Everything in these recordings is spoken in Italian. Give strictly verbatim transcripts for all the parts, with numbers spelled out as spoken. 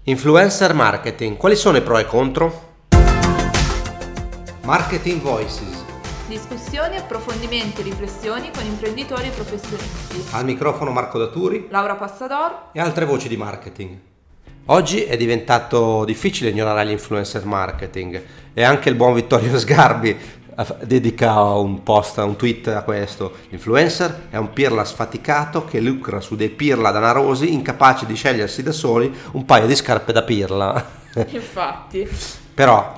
Influencer marketing, quali sono i pro e contro? Marketing Voices. Discussioni, approfondimenti e riflessioni con imprenditori e professionisti. Al microfono Marco Daturi, Laura Passador e altre voci di marketing. Oggi è diventato difficile ignorare gli influencer marketing e anche il buon Vittorio Sgarbi dedica un post, un tweet a questo. L'influencer è un pirla sfaticato che lucra su dei pirla danarosi incapaci di scegliersi da soli un paio di scarpe da pirla. Infatti. Però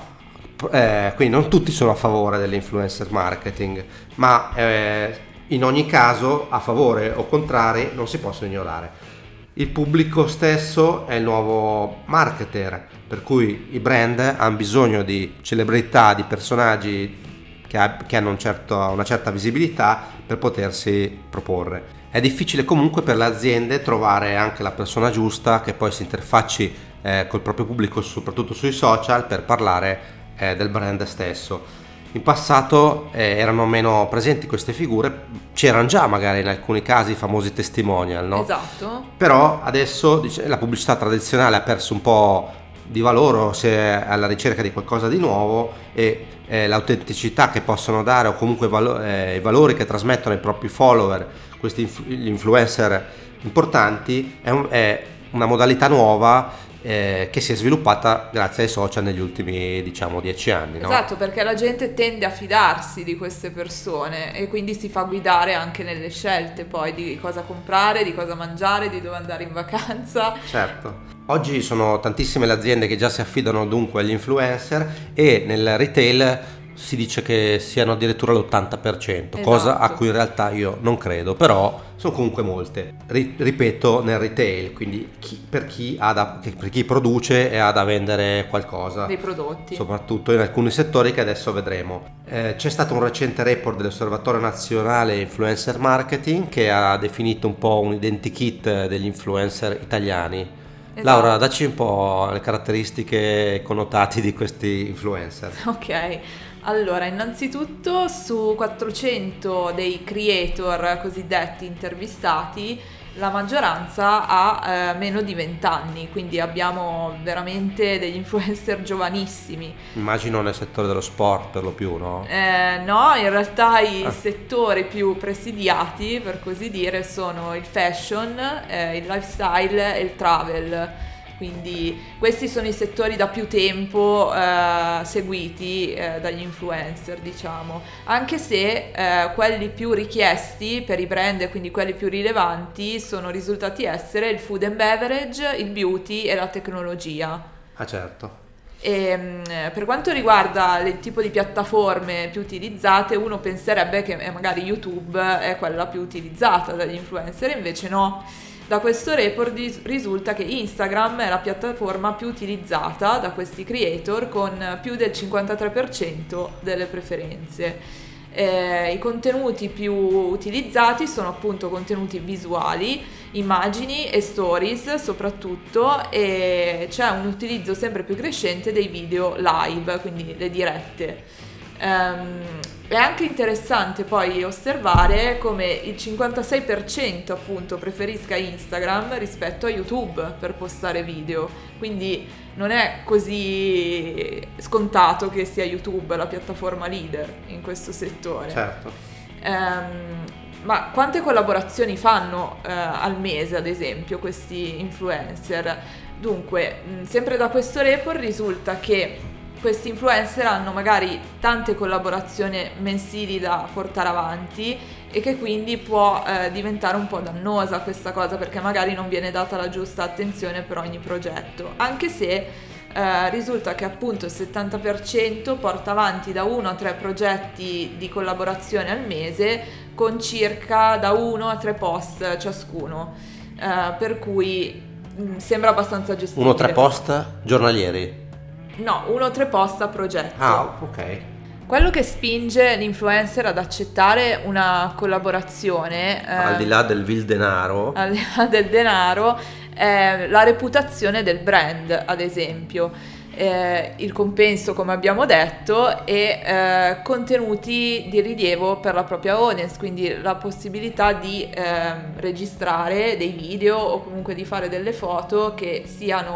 eh, quindi non tutti sono a favore dell'influencer marketing, ma eh, in ogni caso a favore o contrari non si possono ignorare. Il pubblico stesso è il nuovo marketer, per cui i brand hanno bisogno di celebrità, di personaggi che, ha, che hanno un certo, una certa visibilità per potersi proporre. È difficile comunque per le aziende trovare anche la persona giusta che poi si interfacci eh, col proprio pubblico, soprattutto sui social, per parlare eh, del brand stesso. In passato eh, erano meno presenti queste figure, c'erano già magari in alcuni casi i famosi testimonial, no? Esatto. Però adesso dice, la pubblicità tradizionale ha perso un po' di valore, o se è alla ricerca di qualcosa di nuovo, e eh, l'autenticità che possono dare o comunque valo- eh, i valori che trasmettono ai propri follower, questi inf- gli influencer importanti, è, un, è una modalità nuova Eh, che si è sviluppata grazie ai social negli ultimi, diciamo, dieci anni, no? Esatto, perché la gente tende a fidarsi di queste persone e quindi si fa guidare anche nelle scelte poi di cosa comprare, di cosa mangiare, di dove andare in vacanza. Certo. Oggi sono tantissime le aziende che già si affidano dunque agli influencer, e nel retail si dice che siano addirittura l'ottanta per cento, Esatto. Cosa a cui in realtà io non credo, però sono comunque molte. Ri- ripeto, nel retail, quindi chi, per, chi ha da, per chi produce e ha da vendere qualcosa, Dei prodotti. soprattutto in alcuni settori che adesso vedremo. Eh, c'è stato un recente report dell'Osservatorio Nazionale Influencer Marketing che ha definito un po' un identikit degli influencer italiani. Esatto. Laura, dacci un po' le caratteristiche connotati di questi influencer. Ok, allora innanzitutto su quattrocento dei creator cosiddetti intervistati la maggioranza ha eh, meno di venti anni, quindi abbiamo veramente degli influencer giovanissimi. Immagino nel settore dello sport per lo più, no? Eh, no, in realtà i Ah. settori più presidiati, per così dire, sono il fashion, eh, il lifestyle e il travel. Quindi questi sono i settori da più tempo eh, seguiti eh, dagli influencer, diciamo. Anche se eh, quelli più richiesti per i brand, quindi quelli più rilevanti, sono risultati essere il food and beverage, il beauty e la tecnologia. Ah, certo. E, mh, per quanto riguarda il tipo di piattaforme più utilizzate, uno penserebbe che eh, magari YouTube è quella più utilizzata dagli influencer, invece no. Da questo report dis- risulta che Instagram è la piattaforma più utilizzata da questi creator, con più del cinquantatré per cento delle preferenze. Eh, I contenuti più utilizzati sono appunto contenuti visuali, immagini e stories soprattutto, e c'è un utilizzo sempre più crescente dei video live, quindi le dirette. Um, è anche interessante poi osservare come il cinquantasei per cento appunto preferisca Instagram rispetto a YouTube per postare video, quindi non è così scontato che sia YouTube la piattaforma leader in questo settore. Certo. Um, ma quante collaborazioni fanno uh, al mese, ad esempio, questi influencer? Dunque, mh, sempre da questo report risulta che questi influencer hanno magari tante collaborazioni mensili da portare avanti e che quindi può eh, diventare un po' dannosa questa cosa, perché magari non viene data la giusta attenzione per ogni progetto, anche se eh, risulta che appunto il settanta per cento porta avanti da uno a tre progetti di collaborazione al mese, con circa da uno a tre post ciascuno, eh, per cui mh, sembra abbastanza gestibile. Uno o tre post giornalieri? No, uno o tre post a progetto. Ah, ok. Quello che spinge l'influencer ad accettare una collaborazione, eh, Al di là del vil denaro, al di là del denaro, è la reputazione del brand, ad esempio. Eh, il compenso, come abbiamo detto, e eh, contenuti di rilievo per la propria audience, quindi la possibilità di eh, registrare dei video o comunque di fare delle foto che siano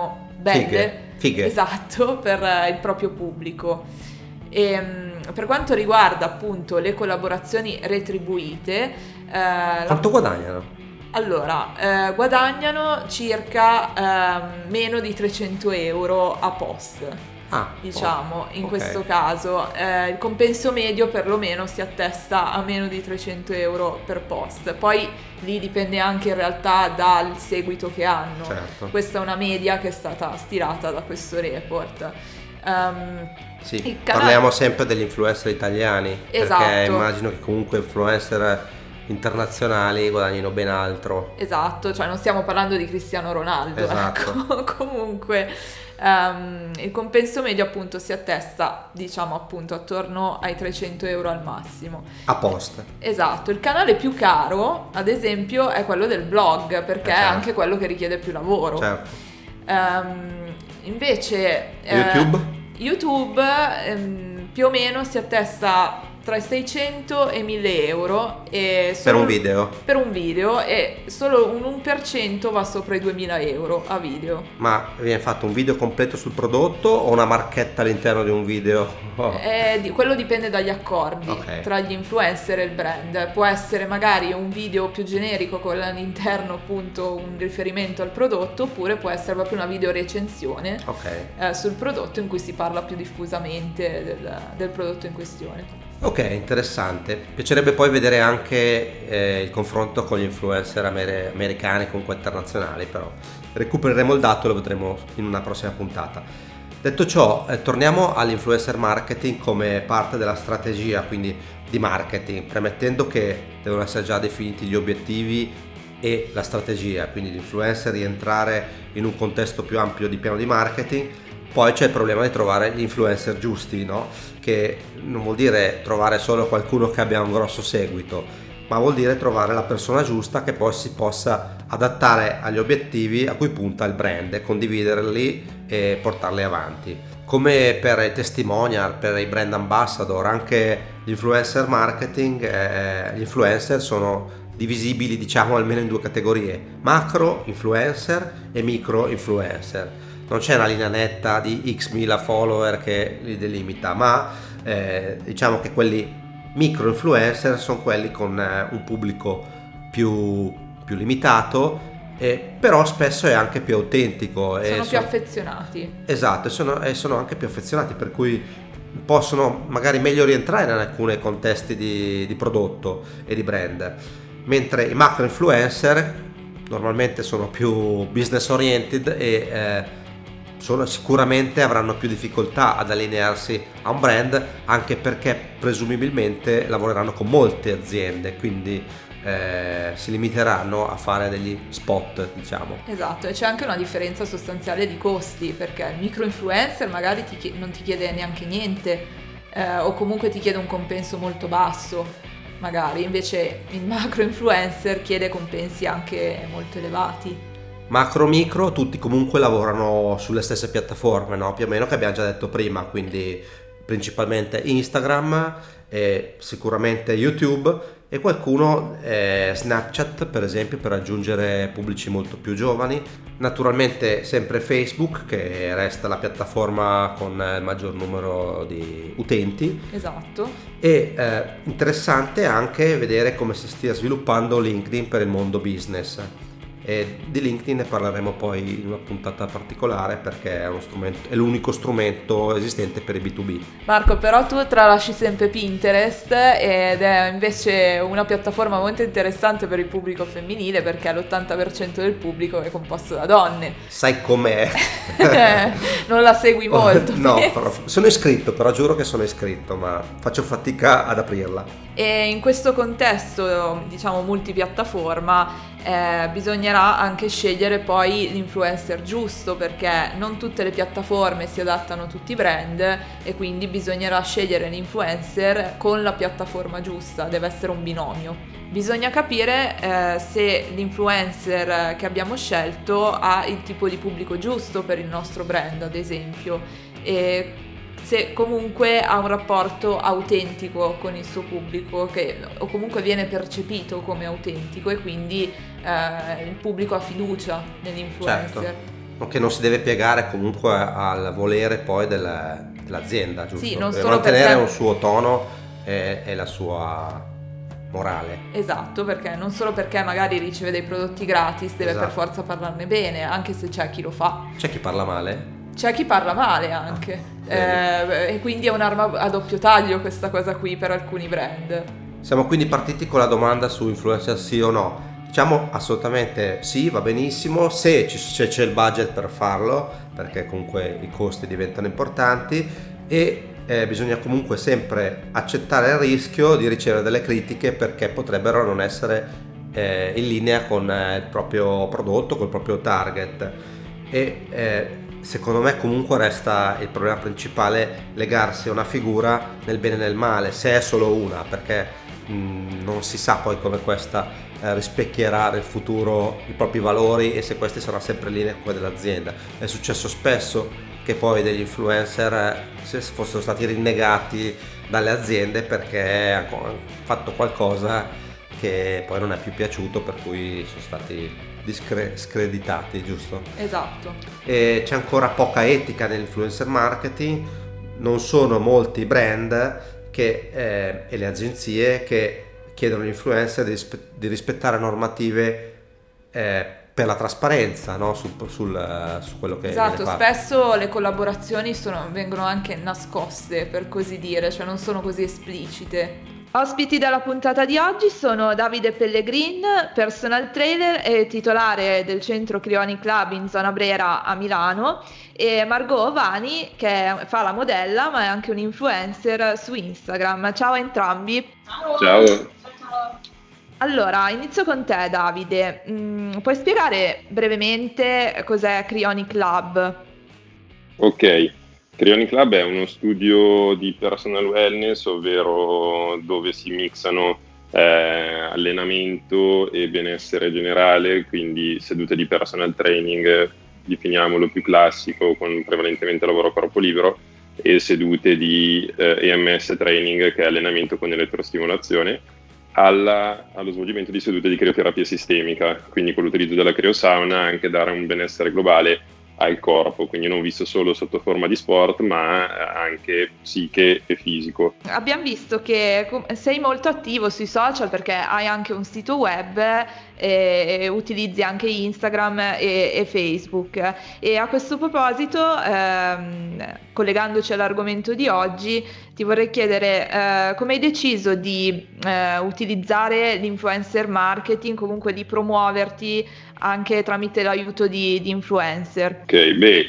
belle, Fighe. Fighe. esatto, per eh, il proprio pubblico. E, mh, per quanto riguarda appunto le collaborazioni retribuite, eh, la- Quanto guadagnano? allora, eh, guadagnano circa ehm, meno di trecento euro a post, Ah, diciamo, in ok. questo caso. Eh, il compenso medio perlomeno si attesta a meno di trecento euro per post. Poi lì dipende anche in realtà dal seguito che hanno. Certo. Questa è una media che è stata stilata da questo report. Ehm, Sì, il canale- parliamo sempre degli influencer italiani, perché Esatto. immagino che comunque influencer internazionali guadagnino ben altro. Esatto, cioè non stiamo parlando di Cristiano Ronaldo, Esatto. ecco. Comunque ehm, il compenso medio appunto si attesta, diciamo appunto, attorno ai trecento euro al massimo. A post. Esatto, il canale più caro, ad esempio, è quello del blog, perché Eh, è certo. anche quello che richiede più lavoro. Certo. Ehm, invece eh, YouTube? YouTube ehm, più o meno si attesta tra i seicento e i mille euro e Per solo- un video. per un video, e solo un uno per cento va sopra i duemila euro a video. Ma viene fatto un video completo sul prodotto o una marchetta all'interno di un video? Oh. Eh, di- quello dipende dagli accordi Ok. tra gli influencer e il brand. Può essere magari un video più generico con all'interno appunto un riferimento al prodotto, oppure può essere proprio una video recensione Ok. eh, sul prodotto in cui si parla più diffusamente del, del prodotto in questione. Ok, interessante. Piacerebbe poi vedere anche eh, il confronto con gli influencer amer- americani, comunque internazionali, però recupereremo il dato e lo vedremo in una prossima puntata. Detto ciò, eh, torniamo all'influencer marketing come parte della strategia, quindi di marketing, premettendo che devono essere già definiti gli obiettivi e la strategia, quindi l'influencer rientrare in un contesto più ampio di piano di marketing. Poi c'è il problema di trovare gli influencer giusti, no? Che non vuol dire trovare solo qualcuno che abbia un grosso seguito, ma vuol dire trovare la persona giusta che poi si possa adattare agli obiettivi a cui punta il brand e condividerli e portarli avanti. Come per i testimonial, per i brand ambassador, anche l'influencer marketing, eh, gli influencer sono divisibili, diciamo, almeno in due categorie: macro influencer e micro influencer. Non c'è una linea netta di x mila follower che li delimita, ma eh, diciamo che quelli micro influencer sono quelli con eh, un pubblico più, più limitato, eh, però spesso è anche più autentico. e Sono più so- affezionati. Esatto, e sono, e sono anche più affezionati, per cui possono magari meglio rientrare in alcuni contesti di, di prodotto e di brand, mentre i macro influencer normalmente sono più business oriented e eh, sono, sicuramente avranno più difficoltà ad allinearsi a un brand, anche perché presumibilmente lavoreranno con molte aziende, quindi eh, si limiteranno a fare degli spot, diciamo. Esatto, e c'è anche una differenza sostanziale di costi, perché il micro influencer magari ti chie- non ti chiede neanche niente, eh, o comunque ti chiede un compenso molto basso, magari, invece il macro influencer chiede compensi anche molto elevati. Macro micro tutti comunque lavorano sulle stesse piattaforme, no? Più o meno, che abbiamo già detto prima, quindi principalmente Instagram, e sicuramente YouTube, e qualcuno eh, Snapchat per esempio, per raggiungere pubblici molto più giovani. Naturalmente sempre Facebook, che resta la piattaforma con il maggior numero di utenti. Esatto. E eh, interessante anche vedere come si stia sviluppando LinkedIn per il mondo business. E di LinkedIn ne parleremo poi in una puntata particolare, perché è, uno strumento, è l'unico strumento esistente per i B due B. Marco, però tu tralasci sempre Pinterest, ed è invece una piattaforma molto interessante per il pubblico femminile, perché l'ottanta per cento del pubblico è composto da donne. Sai com'è? Non la segui molto. No, penso. però, sono iscritto, però giuro che sono iscritto, ma faccio fatica ad aprirla. E in questo contesto, diciamo, multipiattaforma, eh, bisognerà anche scegliere poi l'influencer giusto, perché non tutte le piattaforme si adattano a tutti i brand, e quindi bisognerà scegliere l'influencer con la piattaforma giusta, deve essere un binomio. Bisogna capire eh, se l'influencer che abbiamo scelto ha il tipo di pubblico giusto per il nostro brand, ad esempio, e se comunque ha un rapporto autentico con il suo pubblico, che o comunque viene percepito come autentico, e quindi eh, il pubblico ha fiducia nell'influencer. Certo. che non si deve piegare comunque al volere poi del, dell'azienda, giusto? Sì, non deve solo mantenere perché... un suo tono e, e la sua morale. Esatto, perché non solo perché magari riceve dei prodotti gratis deve Esatto. per forza parlarne bene, anche se c'è chi lo fa. C'è chi parla male? C'è chi parla male anche, Ah, eh, e quindi è un'arma a doppio taglio questa cosa qui per alcuni brand. Siamo quindi partiti con la domanda su influencer sì o no. Diciamo assolutamente sì, va benissimo, se, ci, se c'è il budget per farlo, perché comunque i costi diventano importanti, e eh, bisogna comunque sempre accettare il rischio di ricevere delle critiche, perché potrebbero non essere eh, in linea con eh, il proprio prodotto, col proprio target. E eh, secondo me comunque resta il problema principale legarsi a una figura nel bene e nel male, se è solo una, perché mh, non si sa poi come questa eh, rispecchierà nel futuro i propri valori e se questi saranno sempre in linea con quelli dell'azienda. È successo spesso che poi degli influencer eh, fossero stati rinnegati dalle aziende perché hanno fatto qualcosa che poi non è più piaciuto, per cui sono stati discre- screditati, giusto? Esatto. E c'è ancora poca etica nell'influencer marketing, non sono molti i brand che, eh, e le agenzie che chiedono agli influencer di, rispe- di rispettare normative eh, per la trasparenza, no? sul, sul, su quello che Esatto, viene fatto. spesso le collaborazioni sono, vengono anche nascoste, per così dire, cioè non sono così esplicite. Ospiti della puntata di oggi sono Davide Pellegrin, personal trainer e titolare del centro Crioni Club in zona Brera a Milano, e Margot Vani, che fa la modella ma è anche un influencer su Instagram. Ciao a entrambi. Ciao. Ciao. Allora, inizio con te Davide. Mm, puoi spiegare brevemente cos'è Crioni Club? Ok. Crioni Club è uno studio di personal wellness, ovvero dove si mixano eh, allenamento e benessere generale, quindi sedute di personal training, definiamolo più classico, con prevalentemente lavoro a corpo libero, e sedute di eh, E M S training, che è allenamento con elettrostimolazione, alla, allo svolgimento di sedute di crioterapia sistemica, quindi con l'utilizzo della criosauna anche dare un benessere globale al corpo, quindi non visto solo sotto forma di sport ma anche psiche e fisico. Abbiamo visto che sei molto attivo sui social perché hai anche un sito web e utilizzi anche Instagram e, e Facebook, e a questo proposito ehm, collegandoci all'argomento di oggi ti vorrei chiedere eh, come hai deciso di eh, utilizzare l'influencer marketing, comunque di promuoverti anche tramite l'aiuto di, di influencer. Ok, beh,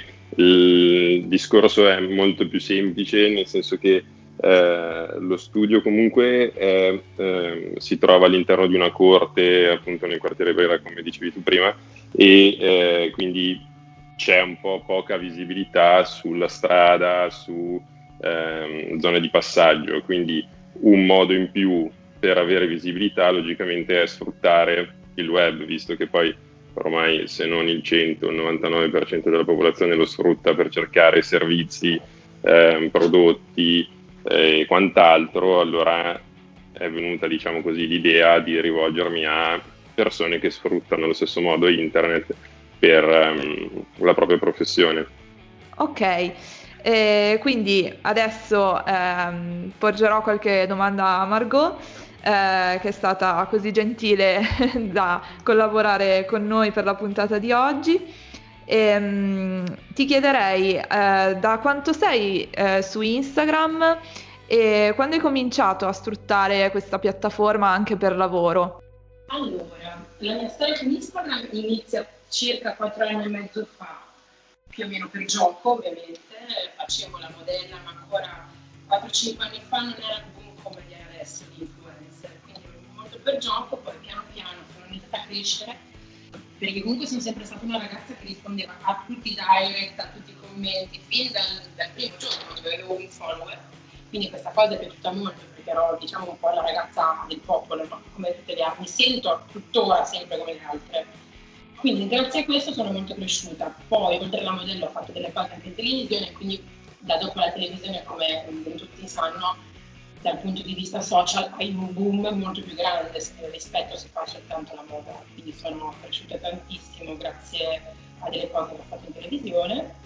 il discorso è molto più semplice, nel senso che eh, lo studio comunque è, eh, si trova all'interno di una corte, appunto nel quartiere Brera, come dicevi tu prima, e eh, quindi c'è un po' poca visibilità sulla strada, su eh, zone di passaggio, quindi un modo in più per avere visibilità logicamente è sfruttare il web, visto che poi ormai se non il cento, il novantanove per cento della popolazione lo sfrutta per cercare servizi, eh, prodotti e eh, quant'altro, allora è venuta, diciamo così, l'idea di rivolgermi a persone che sfruttano allo stesso modo internet per um, la propria professione. Ok, eh, quindi adesso ehm, porgerò qualche domanda a Margot, Eh, che è stata così gentile da collaborare con noi per la puntata di oggi. E, um, ti chiederei eh, da quanto sei eh, su Instagram e quando hai cominciato a sfruttare questa piattaforma anche per lavoro? Allora, la mia storia su Instagram inizia circa quattro anni e mezzo fa, più o meno per gioco ovviamente, facevo la modella, ma ancora quattro cinque anni fa non era il boom come è adesso di influencer, quindi molto per gioco, poi piano piano sono iniziata a crescere, perché comunque sono sempre stata una ragazza che rispondeva a tutti i direct, a tutti i commenti, fin dal, dal primo giorno dove avevo un follower, quindi questa cosa è piaciuta molto perché ero, diciamo, un po' la ragazza del popolo, no? Come tutte le altre, mi sento tuttora sempre come le altre. Quindi grazie a questo sono molto cresciuta. Poi oltre alla modella ho fatto delle cose anche in televisione, quindi da dopo la televisione, come tutti sanno, dal punto di vista social hai un boom molto più grande rispetto se fai soltanto la moda. Quindi sono cresciuta tantissimo grazie a delle cose che ho fatto in televisione.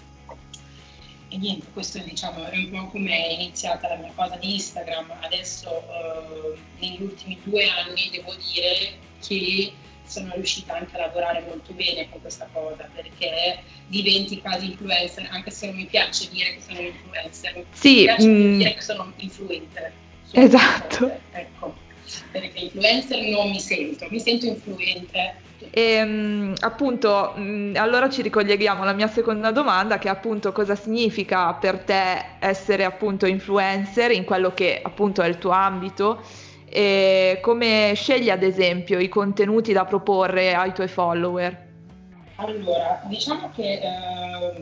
E niente, questo diciamo è un po' come è iniziata la mia cosa di Instagram. Adesso eh, negli ultimi due anni devo dire che sono riuscita anche a lavorare molto bene con questa cosa, perché diventi quasi influencer, anche se non mi piace dire che sono influencer, sì, mi piace mm, dire che sono influencer. Sono esatto. influencer, ecco, perché influencer non mi sento, mi sento influente. E mh, appunto, mh, allora ci ricolleghiamo alla mia seconda domanda, che è appunto cosa significa per te essere appunto influencer in quello che appunto è il tuo ambito, e come scegli ad esempio i contenuti da proporre ai tuoi follower? Allora, diciamo che eh,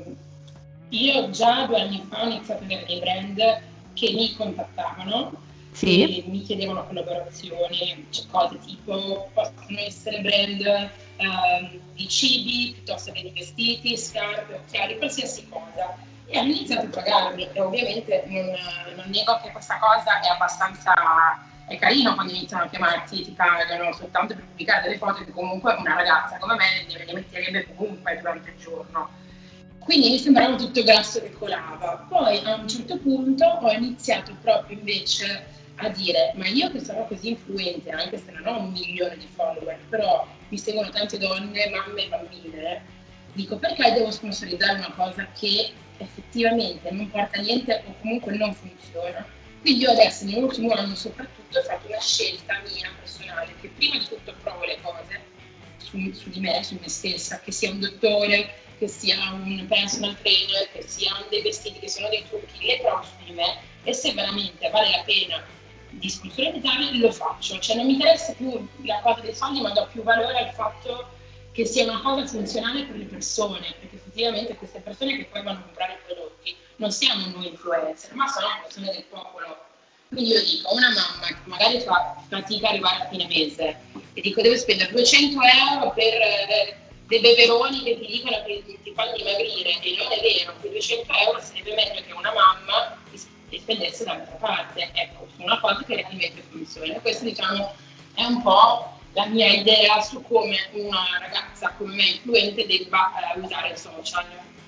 io già due anni fa ho iniziato a avere dei brand che mi contattavano Sì, e mi chiedevano collaborazioni, cioè cose tipo possono essere brand ehm, di cibi, piuttosto che di vestiti, scarpe, occhiali, qualsiasi cosa. E hanno iniziato a pagarmi e ovviamente non, non nego che questa cosa è abbastanza, è carino quando iniziano a chiamarti e ti pagano soltanto per pubblicare delle foto che comunque una ragazza come me le metterebbe comunque durante il giorno. Quindi mi sembrava tutto grasso che colava. Poi a un certo punto ho iniziato proprio invece a dire, ma io che sarò così influente, anche se non ho un milione di follower, però mi seguono tante donne, mamme e bambine, dico perché devo sponsorizzare una cosa che effettivamente non porta a niente o comunque non funziona. Quindi io adesso nell'ultimo anno soprattutto ho fatto una scelta mia personale, che prima di tutto provo le cose su, su di me, su me stessa, che sia un dottore, che sia un personal trainer, che siano dei vestiti, che siano dei trucchi, le provo su di me e se veramente vale la pena di sponsorizzarli lo faccio, cioè non mi interessa più la cosa dei soldi, ma do più valore al fatto che sia una cosa funzionale per le persone, perché effettivamente queste persone che poi vanno a comprare i prodotti non siamo noi influencer, ma sono persone del popolo. Quindi io dico, una mamma che magari fa fatica a arrivare a fine mese e dico deve spendere duecento euro per eh, dei beveroni che ti dicono che ti fanno dimagrire, e non è vero, quei duecento euro sarebbe meglio che una mamma li spendesse dall'altra parte. Ecco, su una cosa che realmente funziona. Questa diciamo è un po' la mia idea su come una ragazza come me influente debba eh, usare il social.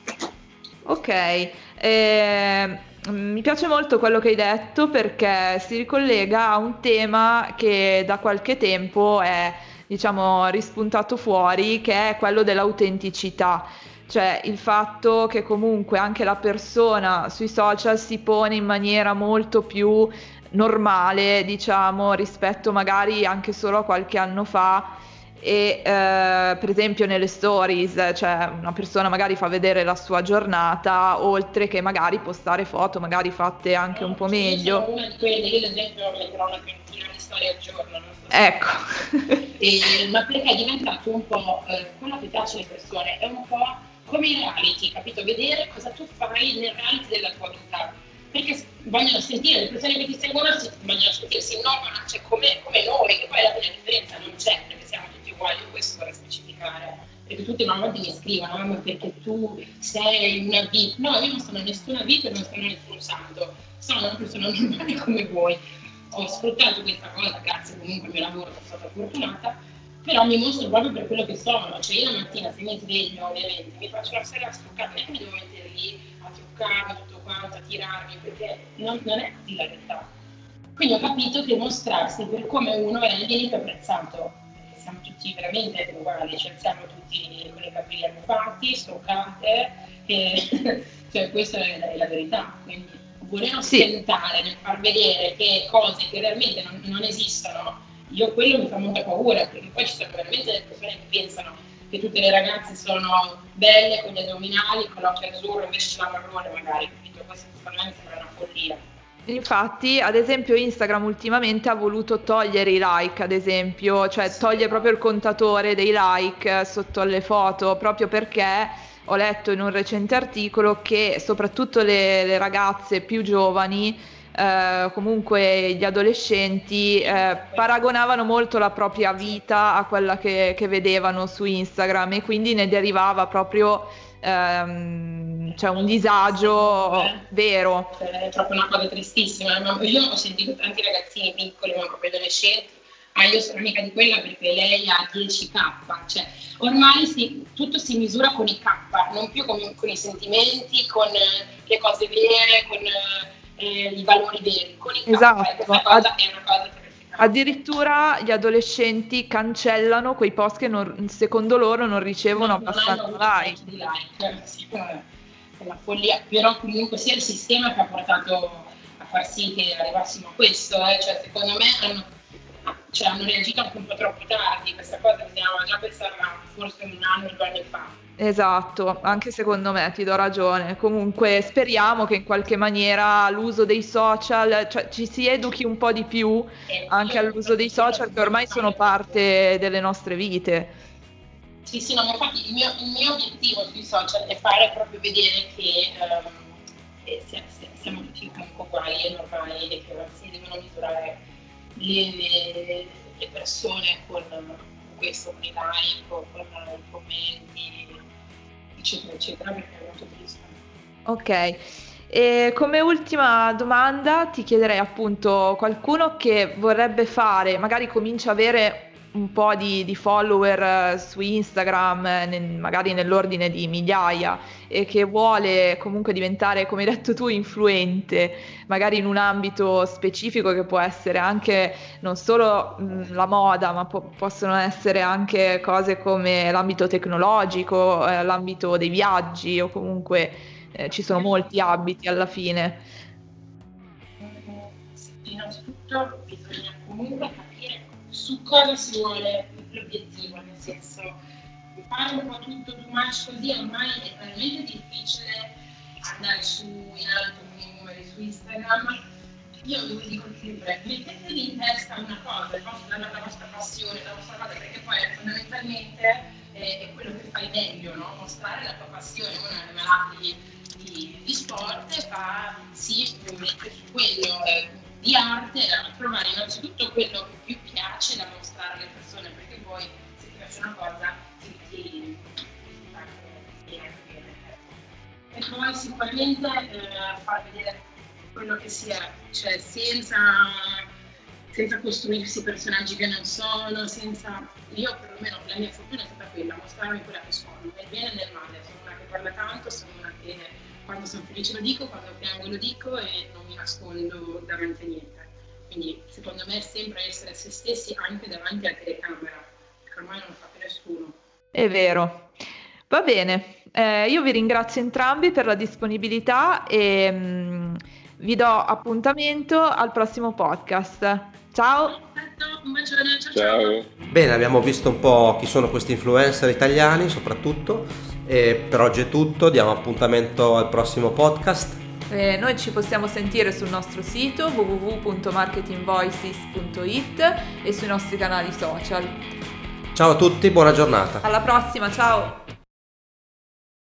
ok. Eh, mi piace molto quello che hai detto perché si ricollega a un tema che da qualche tempo è, diciamo, rispuntato fuori, che è quello dell'autenticità. Cioè il fatto che comunque anche la persona sui social si pone in maniera molto più normale, diciamo, rispetto magari anche solo a qualche anno fa. E eh, per esempio nelle stories, cioè una persona magari fa vedere la sua giornata, oltre che magari postare foto magari fatte anche un po' Io meglio. sono una di quelle, io ad esempio metterò una trentina di storie al giorno, non so se- Ecco. E- ma perché è diventato un po' eh, quello che piace alle persone, è un po' come i reality, capito? Vedere cosa tu fai nel reality della tua vita. Perché s- vogliono sentire, le persone che ti seguono si, vogliono sentire, si innovano, cioè come, come noi, che poi alla fine la differenza non c'è, perché siamo tutti uguali, io questo vorrei specificare. Perché tutti una volta mi scrivono, ah, ma perché tu sei una vita. No, io non sono nessuna vita e non sono nessun santo, sono una persona normale come voi. Ho sfruttato questa cosa grazie comunque al mio lavoro, sono stata fortunata, però mi mostro proprio per quello che sono. Cioè io la mattina se mi sveglio ovviamente mi faccio la sera a struccarmi, non è che mi devo mettere lì a truccarmi tutto quanto, a tirarmi, perché non, non è così la realtà. Quindi ho capito che mostrarsi per come uno è viene più apprezzato, perché siamo tutti veramente uguali, cioè siamo tutti con i capelli arrufati, struccate, e cioè questa è la, è la verità. Quindi voler Sì. ostentare nel far vedere che cose che realmente non, non esistono, io quello mi fa molta paura, perché poi ci sono veramente delle persone che pensano che tutte le ragazze sono belle con gli addominali, con l'occhio azzurro, invece c'è la marrone magari, capito? Questo secondo me mi sembra una follia. Infatti, ad esempio, Instagram ultimamente ha voluto togliere i like, ad esempio, cioè Sì. toglie proprio il contatore dei like sotto alle foto, proprio perché ho letto in un recente articolo che soprattutto le, le ragazze più giovani, eh, comunque gli adolescenti, eh, paragonavano molto la propria vita a quella che, che vedevano su Instagram e quindi ne derivava proprio ehm, cioè un disagio vero. Cioè, è proprio una cosa tristissima. Ma io ho sentito tanti ragazzini piccoli, ma proprio adolescenti, ah io sono amica di quella perché lei ha dieci K, cioè ormai si, tutto si misura con i K, non più con, con i sentimenti, con le cose vere, con eh, i valori veri, con i K. Esatto. E questa cosa è una cosa terrificante. Addirittura gli adolescenti cancellano quei post che non, secondo loro non ricevono non, abbastanza non hanno like. Di like. Sì, è una follia, però comunque sia il sistema che ha portato a far sì che arrivassimo a questo, eh. Cioè secondo me hanno, cioè, hanno reagito anche un po' troppo tardi, questa cosa bisognava già pensarla forse un anno, due anni fa. Esatto, anche secondo me ti do ragione. Comunque speriamo che in qualche maniera l'uso dei social, cioè ci si educhi un po' di più anche all'uso dei social che ormai sono parte delle nostre vite. Sì, sì, no, ma infatti il mio, il mio obiettivo sui social è fare proprio vedere che, um, che siamo tutti comunque uguali e normali e che non si devono misurare le, le, le persone con questo, con i like, con i commenti, eccetera, eccetera, perché è molto triste. Ok, e come ultima domanda ti chiederei appunto qualcuno che vorrebbe fare, magari comincia a avere un po' di, di follower su Instagram, nel, magari nell'ordine di migliaia, e che vuole comunque diventare, come hai detto tu, influente, magari in un ambito specifico che può essere anche non solo mh, la moda, ma po- possono essere anche cose come l'ambito tecnologico, eh, l'ambito dei viaggi o comunque eh, ci sono molti ambiti alla fine. Innanzitutto bisogna comunque capire su cosa si vuole l'obiettivo, nel senso fare un po' tutto too much così ormai è talmente difficile andare su in alto con i numeri su Instagram. Io vi dico sempre, mettetevi in testa una cosa, la vostra, la vostra passione, la vostra cosa, perché poi fondamentalmente è, è quello che fai meglio, no? Mostrare la tua passione. Uno è malato di, di, di sport e fa sì, mette su quello eh, di arte, a trovare innanzitutto quello che più piace da mostrare alle persone, perché poi se ti piace una cosa ti ti bene. E poi sicuramente eh, far vedere quello che si è, cioè senza, senza costruirsi personaggi che non sono, senza, io perlomeno la mia fortuna è stata quella, mostrarmi quella che sono, nel bene e nel male. Sono una che parla tanto, sono una che quando sono felice lo dico, quando piango lo dico e non mi nascondo davanti a niente. Quindi secondo me è sempre essere se stessi anche davanti alla telecamera, perché ormai non lo fa più nessuno. È vero. Va bene, eh, io vi ringrazio entrambi per la disponibilità e mh, vi do appuntamento al prossimo podcast. Ciao! Perfetto, un bacione, ciao Ciao. ciao! Bene, abbiamo visto un po' chi sono questi influencer italiani soprattutto, e per oggi è tutto, diamo appuntamento al prossimo podcast. Eh, noi ci possiamo sentire sul nostro sito w w w punto marketing voices punto i t e sui nostri canali social. Ciao a tutti, buona giornata. Alla prossima, ciao!